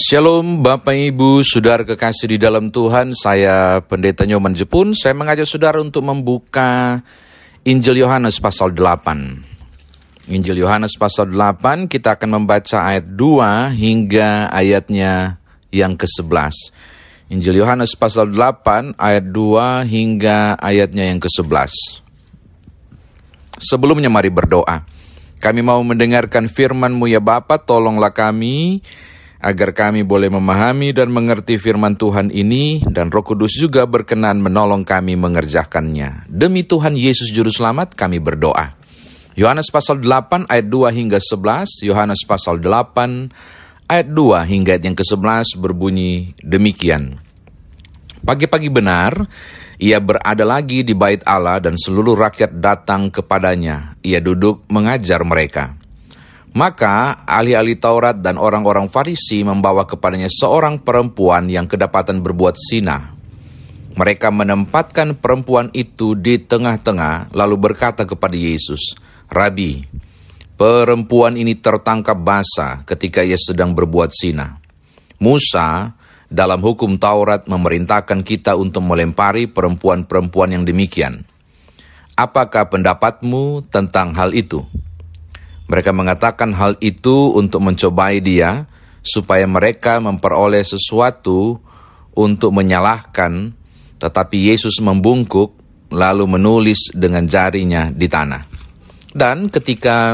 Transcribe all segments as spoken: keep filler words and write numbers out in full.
Shalom Bapak Ibu, Saudara kekasih di dalam Tuhan. Saya Pendeta Nyoman Jepun. Saya mengajak saudara untuk membuka Injil Yohanes pasal delapan. Injil Yohanes pasal delapan, kita akan membaca ayat dua hingga ayatnya yang kesebelas. Injil Yohanes pasal delapan, ayat dua hingga ayatnya yang kesebelas. Sebelumnya mari berdoa. Kami mau mendengarkan firman-Mu ya Bapa, tolonglah kami agar kami boleh memahami dan mengerti firman Tuhan ini, dan Roh Kudus juga berkenan menolong kami mengerjakannya. Demi Tuhan Yesus Juru Selamat kami berdoa. Yohanes pasal delapan ayat dua hingga sebelas, Yohanes pasal delapan ayat dua hingga ayat yang kesebelas berbunyi demikian. Pagi-pagi benar, ia berada lagi di bait Allah dan seluruh rakyat datang kepadanya. Ia duduk mengajar mereka. Maka ahli-ahli Taurat dan orang-orang Farisi membawa kepadanya seorang perempuan yang kedapatan berbuat zina. Mereka menempatkan perempuan itu di tengah-tengah lalu berkata kepada Yesus, "Rabi, perempuan ini tertangkap basah ketika ia sedang berbuat zina. Musa dalam hukum Taurat memerintahkan kita untuk melempari perempuan-perempuan yang demikian. Apakah pendapatmu tentang hal itu?" Mereka mengatakan hal itu untuk mencobai dia, supaya mereka memperoleh sesuatu untuk menyalahkan, tetapi Yesus membungkuk, lalu menulis dengan jarinya di tanah. Dan ketika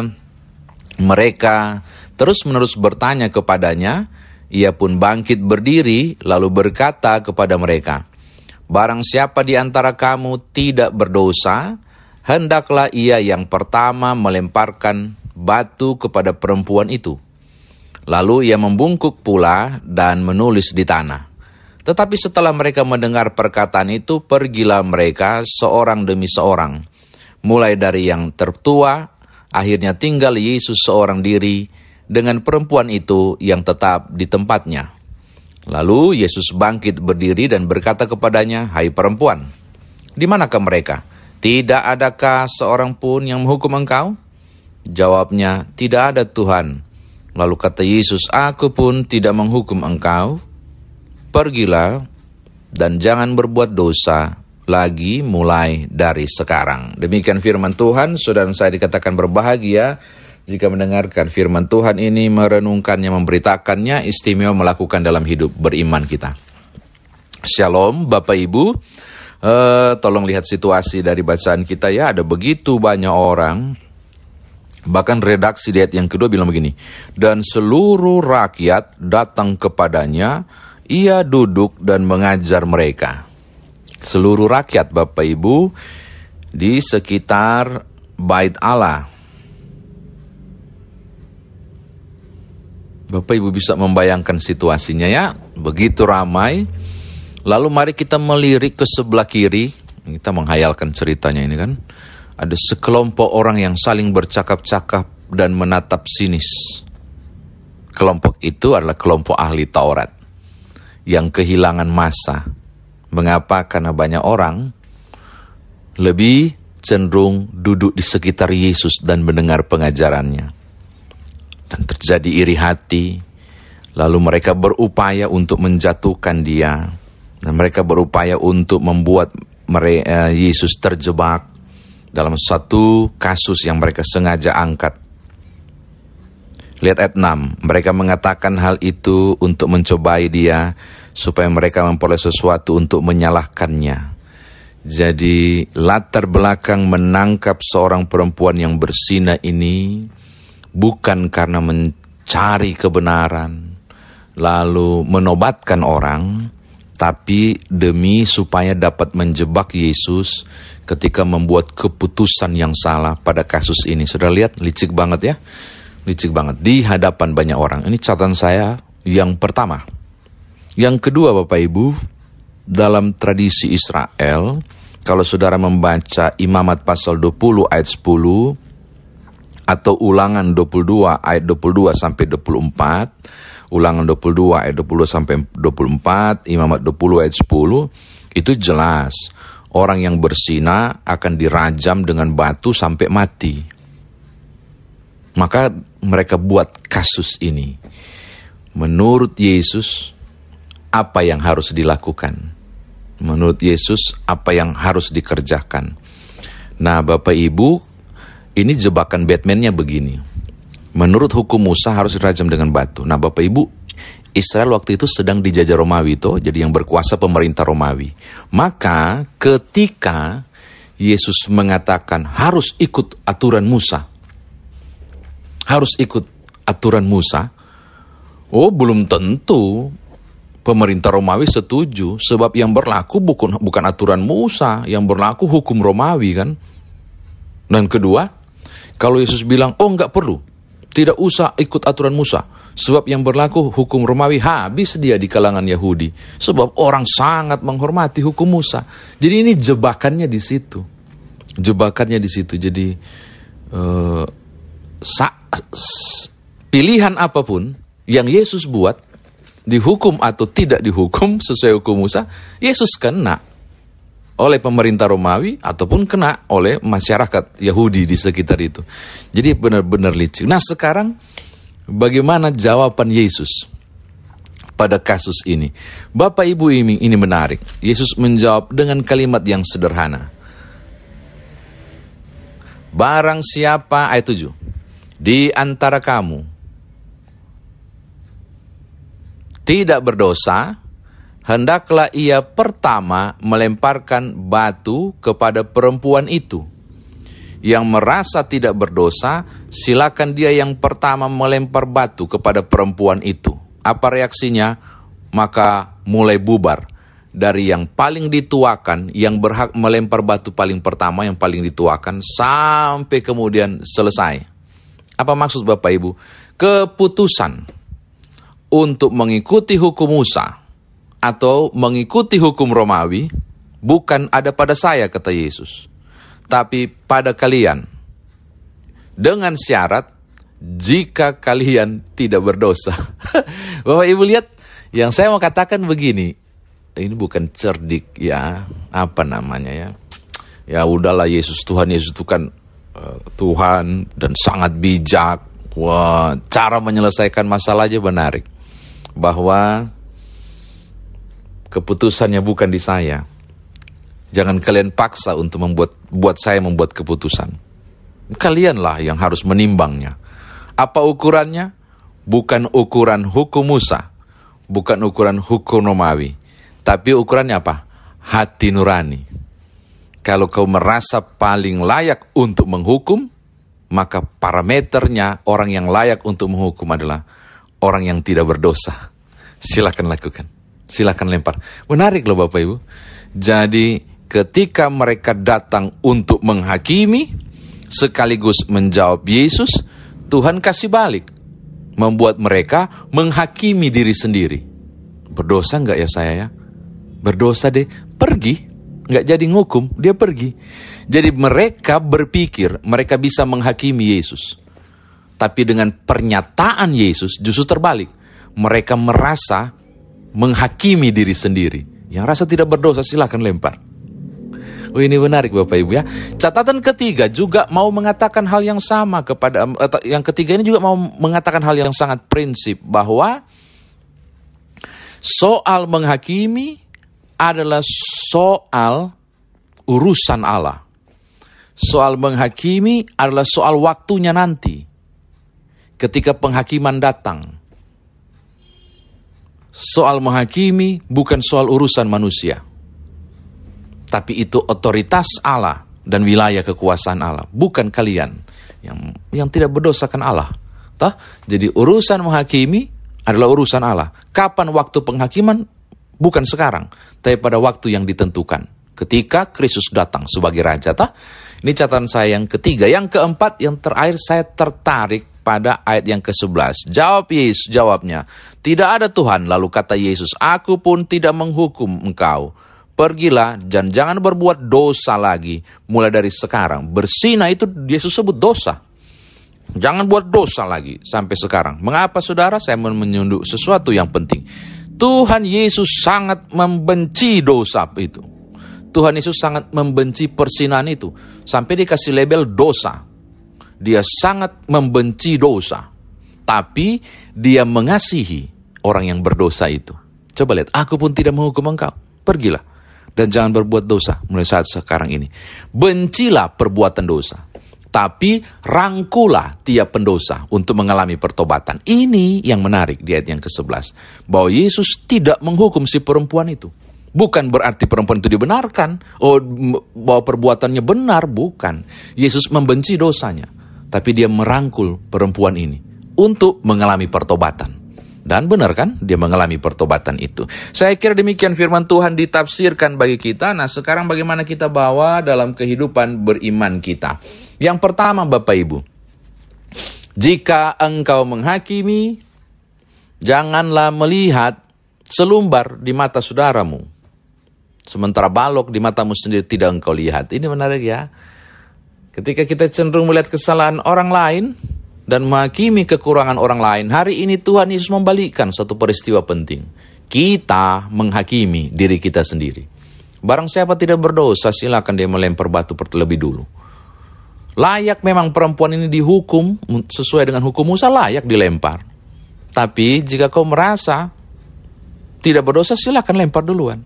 mereka terus-menerus bertanya kepadanya, ia pun bangkit berdiri, lalu berkata kepada mereka, "Barang siapa di antara kamu tidak berdosa, hendaklah ia yang pertama melemparkan batu kepada perempuan itu." Lalu ia membungkuk pula dan menulis di tanah. Tetapi setelah mereka mendengar perkataan itu, pergilah mereka seorang demi seorang. Mulai dari yang tertua, akhirnya tinggal Yesus seorang diri dengan perempuan itu yang tetap di tempatnya. Lalu Yesus bangkit berdiri dan berkata kepadanya, "Hai perempuan, di manakah mereka? Tidak adakah seorang pun yang menghukum engkau?" Jawabnya, "Tidak ada Tuhan." Lalu kata Yesus, "Aku pun tidak menghukum engkau. Pergilah dan jangan berbuat dosa lagi mulai dari sekarang." Demikian firman Tuhan. Saudara saya dikatakan berbahagia jika mendengarkan firman Tuhan ini, merenungkannya, memberitakannya, istimewa melakukan dalam hidup beriman kita. Shalom Bapak Ibu. Uh, tolong lihat situasi dari bacaan kita ya. Ada begitu banyak orang. Bahkan redaksi di ayat yang kedua bilang begini, "Dan seluruh rakyat datang kepadanya, ia duduk dan mengajar mereka." Seluruh rakyat Bapak Ibu di sekitar bait Allah. Bapak Ibu bisa membayangkan situasinya ya, begitu ramai. Lalu mari kita melirik ke sebelah kiri, kita menghayalkan ceritanya ini kan. Ada sekelompok orang yang saling bercakap-cakap dan menatap sinis. Kelompok itu adalah kelompok ahli Taurat yang kehilangan masa. Mengapa? Karena banyak orang lebih cenderung duduk di sekitar Yesus dan mendengar pengajarannya. Dan terjadi iri hati. Lalu mereka berupaya untuk menjatuhkan dia. Dan mereka berupaya untuk membuat mereka, Yesus terjebak dalam satu kasus yang mereka sengaja angkat. Lihat ayat enam. Mereka mengatakan hal itu untuk mencobai dia, supaya mereka memperoleh sesuatu untuk menyalahkannya. Jadi latar belakang menangkap seorang perempuan yang berzina ini bukan karena mencari kebenaran, lalu menobatkan orang, tapi demi supaya dapat menjebak Yesus ketika membuat keputusan yang salah pada kasus ini. Sudah lihat, licik banget ya. Licik banget di hadapan banyak orang. Ini catatan saya yang pertama. Yang kedua Bapak Ibu, dalam tradisi Israel, kalau saudara membaca Imamat pasal dua puluh ayat sepuluh, atau Ulangan dua puluh dua ayat dua puluh dua sampai dua puluh empat, Ulangan dua puluh dua ayat dua puluh sampai dua puluh empat, Imamat dua puluh ayat sepuluh, itu jelas orang yang berzina akan dirajam dengan batu sampai mati. Maka mereka buat kasus ini. menurut Yesus apa yang harus dilakukan. Menurut Yesus apa yang harus dikerjakan. Nah Bapak Ibu, ini jebakan Batman-nya begini. Menurut hukum Musa harus dirajam dengan batu. Nah Bapak Ibu, Israel waktu itu sedang dijajah Romawi toh, jadi yang berkuasa pemerintah Romawi. Maka ketika Yesus mengatakan harus ikut aturan Musa, harus ikut aturan Musa, oh belum tentu pemerintah Romawi setuju, sebab yang berlaku bukan bukan aturan Musa, yang berlaku hukum Romawi kan. Dan kedua, kalau Yesus bilang, oh enggak perlu, tidak usah ikut aturan Musa, sebab yang berlaku hukum Romawi, habis dia di kalangan Yahudi. Sebab orang sangat menghormati hukum Musa. Jadi ini jebakannya di situ. Jebakannya di situ. Jadi uh, sa, s, pilihan apapun yang Yesus buat, dihukum atau tidak dihukum sesuai hukum Musa, Yesus kena oleh pemerintah Romawi ataupun kena oleh masyarakat Yahudi di sekitar itu. Jadi benar-benar licik. Nah sekarang bagaimana jawaban Yesus pada kasus ini? Bapak Ibu ini, ini menarik. Yesus menjawab dengan kalimat yang sederhana. Barang siapa, ayat tujuh, di antara kamu tidak berdosa, hendaklah ia pertama melemparkan batu kepada perempuan itu. Yang merasa tidak berdosa, silakan dia yang pertama melempar batu kepada perempuan itu. Apa reaksinya? Maka mulai bubar. Dari yang paling dituakan, yang berhak melempar batu paling pertama, yang paling dituakan, sampai kemudian selesai. Apa maksud Bapak Ibu? Keputusan untuk mengikuti hukum Musa atau mengikuti hukum Romawi bukan ada pada saya, kata Yesus, tapi pada kalian, dengan syarat jika kalian tidak berdosa. Bapak Ibu lihat, yang saya mau katakan begini, ini bukan cerdik ya, apa namanya ya, ya udahlah Yesus Tuhan, Yesus itu kan uh, Tuhan dan sangat bijak. Wah, cara menyelesaikan masalah aja menarik. Bahwa keputusannya bukan di saya. Jangan kalian paksa untuk membuat buat saya membuat keputusan. Kalianlah yang harus menimbangnya. Apa ukurannya? Bukan ukuran hukum Musa, bukan ukuran hukum Romawi, tapi ukurannya apa? Hati nurani. Kalau kau merasa paling layak untuk menghukum, maka parameternya orang yang layak untuk menghukum adalah orang yang tidak berdosa. Silakan lakukan. Silakan lempar. Menarik loh Bapak Ibu. Jadi ketika mereka datang untuk menghakimi, sekaligus menjawab Yesus, Tuhan kasih balik. Membuat mereka menghakimi diri sendiri. Berdosa enggak ya saya ya? Berdosa deh. Pergi. Enggak jadi ngukum. Dia pergi. Jadi mereka berpikir mereka bisa menghakimi Yesus. Tapi dengan pernyataan Yesus justru terbalik. Mereka merasa menghakimi diri sendiri. Yang rasa tidak berdosa silakan lempar. Oh ini menarik Bapak Ibu ya. Catatan ketiga juga mau mengatakan hal yang sama kepada, yang ketiga ini juga mau mengatakan hal yang sangat prinsip. Bahwa soal menghakimi adalah soal urusan Allah. Soal menghakimi adalah soal waktunya nanti. Ketika penghakiman datang. Soal menghakimi bukan soal urusan manusia. Tapi itu otoritas Allah dan wilayah kekuasaan Allah. Bukan kalian yang yang tidak berdosakan Allah. Tah? Jadi urusan menghakimi adalah urusan Allah. Kapan waktu penghakiman? Bukan sekarang. Tapi pada waktu yang ditentukan. Ketika Kristus datang sebagai Raja. Tah? Ini catatan saya yang ketiga. Yang keempat, yang terakhir saya tertarik pada ayat yang kesebelas. Jawab Yesus, jawabnya, tidak ada Tuhan. Lalu kata Yesus, aku pun tidak menghukum engkau. Pergilah dan jangan berbuat dosa lagi. Mulai dari sekarang. Berzina itu Yesus sebut dosa. Jangan buat dosa lagi sampai sekarang. Mengapa saudara? Saya mau menyunduk sesuatu yang penting. Tuhan Yesus sangat membenci dosa itu. Tuhan Yesus sangat membenci perzinahan itu. Sampai dikasih label dosa. Dia sangat membenci dosa. Tapi dia mengasihi orang yang berdosa itu. Coba lihat, aku pun tidak menghukum engkau. Pergilah dan jangan berbuat dosa mulai saat sekarang ini. Bencilah perbuatan dosa, tapi rangkulah tiap pendosa untuk mengalami pertobatan. Ini yang menarik di ayat yang kesebelas. Bahwa Yesus tidak menghukum si perempuan itu. Bukan berarti perempuan itu dibenarkan. Oh, bahwa perbuatannya benar, bukan. Yesus membenci dosanya. Tapi dia merangkul perempuan ini untuk mengalami pertobatan. Dan benar kan, dia mengalami pertobatan itu. Saya kira demikian firman Tuhan ditafsirkan bagi kita. Nah, sekarang bagaimana kita bawa dalam kehidupan beriman kita. Yang pertama, Bapak Ibu, jika engkau menghakimi, janganlah melihat selumbar di mata saudaramu, sementara balok di matamu sendiri tidak engkau lihat. Ini menarik ya. Ketika kita cenderung melihat kesalahan orang lain dan menghakimi kekurangan orang lain, hari ini Tuhan Yesus membalikkan satu peristiwa penting. Kita menghakimi diri kita sendiri. Barang siapa tidak berdosa, silakan dia melempar batu terlebih dulu. Layak memang perempuan ini dihukum sesuai dengan hukum Musa, layak dilempar. Tapi jika kau merasa tidak berdosa, silakan lempar duluan.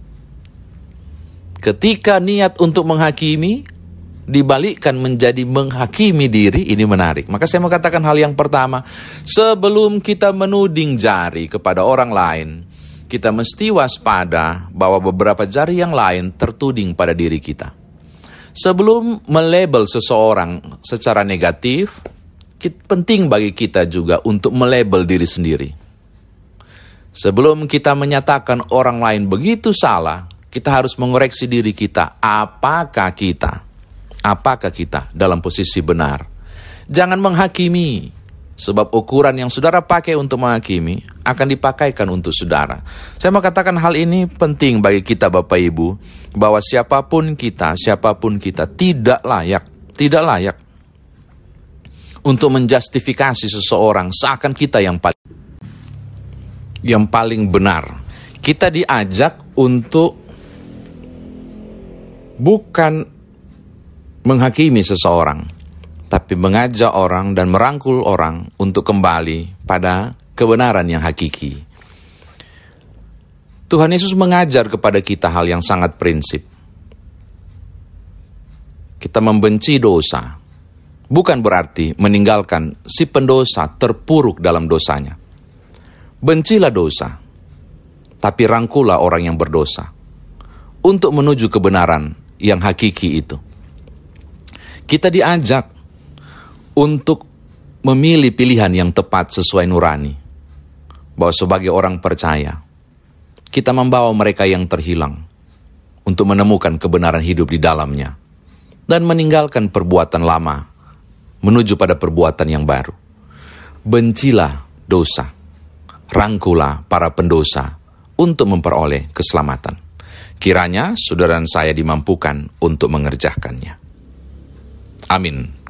Ketika niat untuk menghakimi dibalikkan menjadi menghakimi diri, ini menarik. Maka saya mau katakan hal yang pertama, sebelum kita menuding jari kepada orang lain, kita mesti waspada bahwa beberapa jari yang lain tertuding pada diri kita. Sebelum melabel seseorang secara negatif, penting bagi kita juga untuk melabel diri sendiri. Sebelum kita menyatakan orang lain begitu salah, kita harus mengoreksi diri kita. Apakah kita, apakah kita dalam posisi benar? Jangan menghakimi, sebab ukuran yang saudara pakai untuk menghakimi akan dipakaikan untuk saudara. Saya mau katakan hal ini penting bagi kita Bapak Ibu, bahwa siapapun kita, siapapun kita tidak layak, tidak layak untuk menjustifikasi seseorang seakan kita yang paling, yang paling benar. Kita diajak untuk bukan menghakimi seseorang, tapi mengajak orang dan merangkul orang untuk kembali pada kebenaran yang hakiki. Tuhan Yesus mengajar kepada kita hal yang sangat prinsip. Kita membenci dosa, bukan berarti meninggalkan si pendosa terpuruk dalam dosanya. Bencilah dosa, tapi rangkulah orang yang berdosa untuk menuju kebenaran yang hakiki itu. Kita diajak untuk memilih pilihan yang tepat sesuai nurani. Bahwa sebagai orang percaya, kita membawa mereka yang terhilang untuk menemukan kebenaran hidup di dalamnya dan meninggalkan perbuatan lama menuju pada perbuatan yang baru. Bencilah dosa, rangkulah para pendosa untuk memperoleh keselamatan. Kiranya saudara dan saya dimampukan untuk mengerjakannya. Amin.